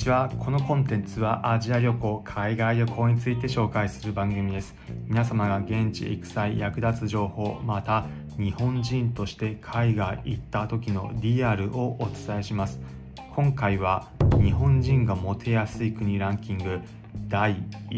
ちは。このコンテンツはアジア旅行、海外旅行について紹介する番組です。皆様が現地行く際役立つ情報、また日本人として海外行った時のリアルをお伝えします。今回は日本人がモテやすい国ランキング第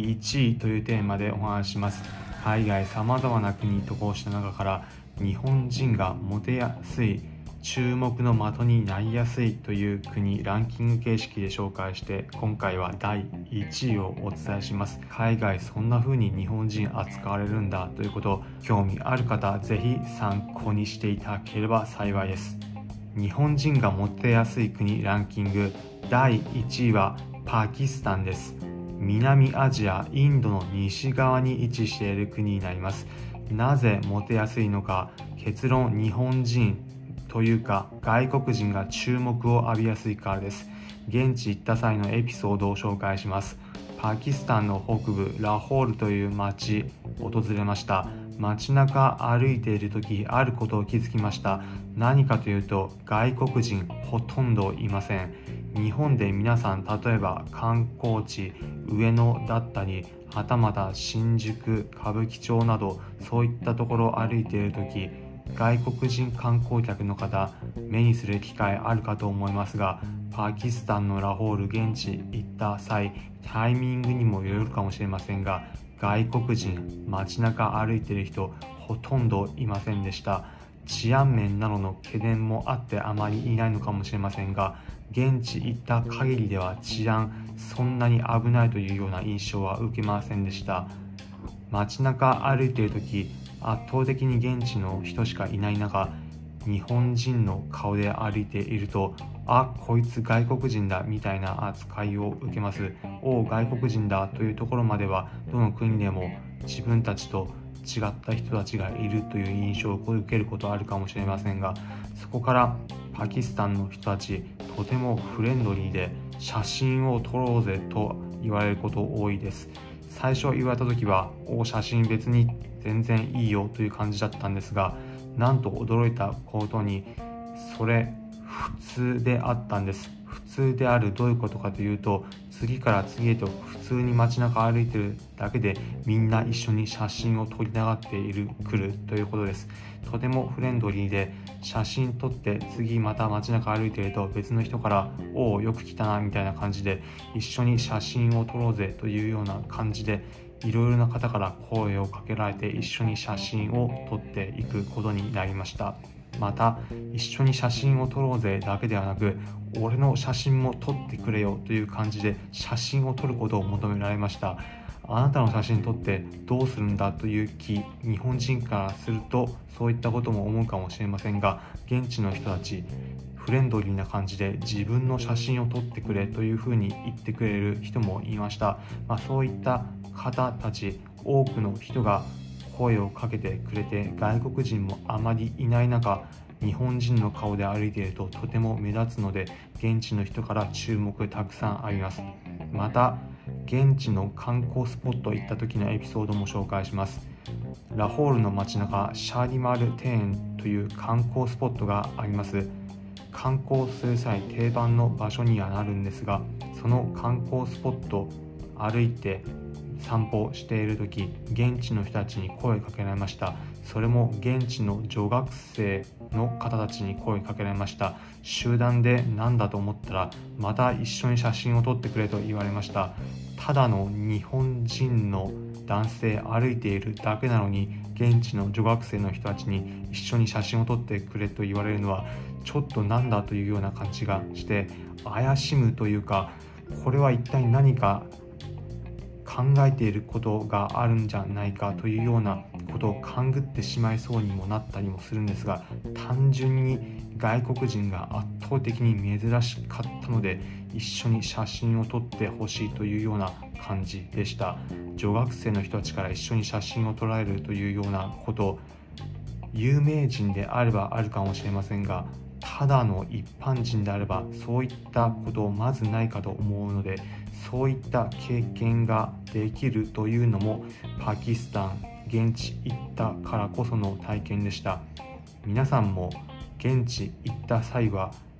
1位というテーマでお話しします。海外さまざまな国に渡航した中から日本人がモテやすい、注目の的になりやすいという国ランキング形式で紹介して、今回は第1位をお伝えします。海外そんな風に日本人扱われるんだということ、興味ある方ぜひ参考にしていただければ幸いです。日本人がモテやすい国ランキング第1位はパキスタンです。南アジア、インドの西側に位置している国になります。なぜモテやすいのか。結論、日本人というか外国人が注目を浴びやすいからです。現地行った際のエピソードを紹介します。パキスタンの北部ラホールという町を訪れました。街中歩いている時、あることを気づきました。何かというと、外国人ほとんどいません。日本で皆さん、例えば観光地上野だったり、はたまた新宿、歌舞伎町などそういったところを歩いている時、外国人観光客の方目にする機会あるかと思いますが、パキスタンのラホール現地行った際、タイミングにもよるかもしれませんが、外国人街中歩いている人ほとんどいませんでした。治安面などの懸念もあってあまりいないのかもしれませんが、現地行った限りでは治安そんなに危ないというような印象は受けませんでした。街中歩いている時、圧倒的に現地の人しかいない中、日本人の顔で歩いていると、こいつ外国人だみたいな扱いを受けます。外国人だというところまではどの国でも自分たちと違った人たちがいるという印象を受けることはあるかもしれませんが、そこからパキスタンの人たちとてもフレンドリーで、写真を撮ろうぜと言われること多いです。最初言われた時は写真別に全然いいよという感じだったんですが、なんと驚いたことにそれ普通であったんです。普通である、どういうことかというと、次から次へと普通に街中歩いているだけでみんな一緒に写真を撮りたがってくるということです。とてもフレンドリーで、写真撮って次また街中歩いていると別の人からよく来たなみたいな感じで一緒に写真を撮ろうぜというような感じで、いろいろな方から声をかけられて一緒に写真を撮っていくことになりました。また一緒に写真を撮ろうぜだけではなく、俺の写真も撮ってくれよという感じで写真を撮ることを求められました。あなたの写真撮ってどうするんだという気、日本人からするとそういったことも思うかもしれませんが、現地の人たちフレンドリーな感じで自分の写真を撮ってくれというふうに言ってくれる人もいました。そういった方たち、多くの人が声をかけてくれて、外国人もあまりいない中、日本人の顔で歩いているととても目立つので、現地の人から注目たくさんあります。また現地の観光スポット行った時のエピソードも紹介します。ラホールの街中、シャーリマール庭園という観光スポットがあります。観光する際定番の場所にはなるんですが、その観光スポット歩いて散歩している時、現地の人たちに声かけられました。それも現地の女学生の方たちに声かけられました。集団でなんだと思ったら、また一緒に写真を撮ってくれと言われました。ただの日本人の男性歩いているだけなのに、現地の女学生の人たちに一緒に写真を撮ってくれと言われるのはちょっとなんだというような感じがして、怪しむというか、これは一体何か考えていることがあるんじゃないかというようなことを勘ぐってしまいそうにもなったりもするんですが、単純に外国人が圧倒的に珍しかったので一緒に写真を撮ってほしいというような感じでした。女学生の人たちから一緒に写真を撮られるというようなこと、有名人であればあるかもしれませんが、ただの一般人であればそういったことまずないかと思うので、そういった経験ができるというのもパキスタン現地行ったからこその体験でした。皆さんも現地行った際は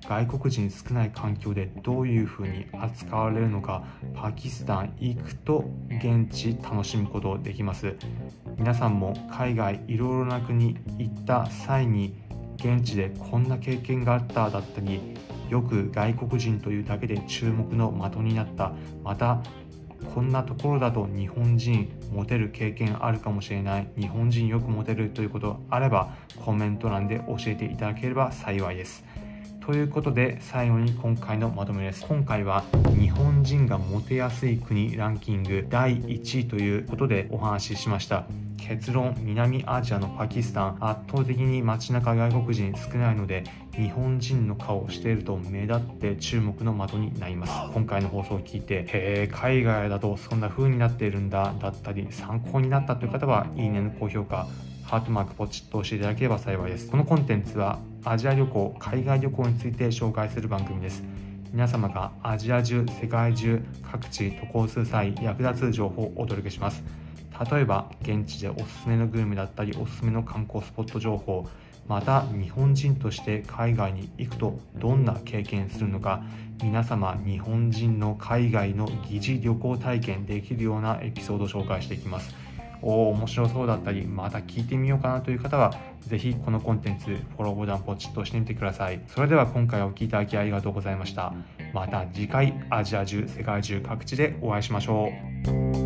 外国人少ない環境でどういう風に扱われるのか、パキスタン行くと現地楽しむことできます。皆さんも海外いろいろな国行った際に現地でこんな経験があっただったり、よく外国人というだけで注目の的になった、またこんなところだと日本人モテる経験あるかもしれない、日本人よくモテるということあればコメント欄で教えていただければ幸いです。ということで最後に今回のまとめです。今回は日本人がモテやすい国ランキング第1位ということでお話ししました。結論、南アジアのパキスタン、圧倒的に街中外国人少ないので日本人の顔をしていると目立って注目の的になります。今回の放送を聞いて、海外だとそんな風になっているんだだったり、参考になったという方はいいねの高評価、ハートマークポチッと押していただければ幸いです。このコンテンツはアジア旅行、海外旅行について紹介する番組です。皆様がアジア中、世界中、各地渡航する際役立つ情報をお届けします。例えば現地でおすすめのグルメだったり、おすすめの観光スポット情報、また日本人として海外に行くとどんな経験するのか、皆様日本人の海外の疑似旅行体験できるようなエピソードを紹介していきます。面白そうだったり、また聞いてみようかなという方はぜひこのコンテンツフォローボタンポチッと押してみてください。それでは今回お聞きいただきありがとうございました。また次回アジア中、世界中各地でお会いしましょう。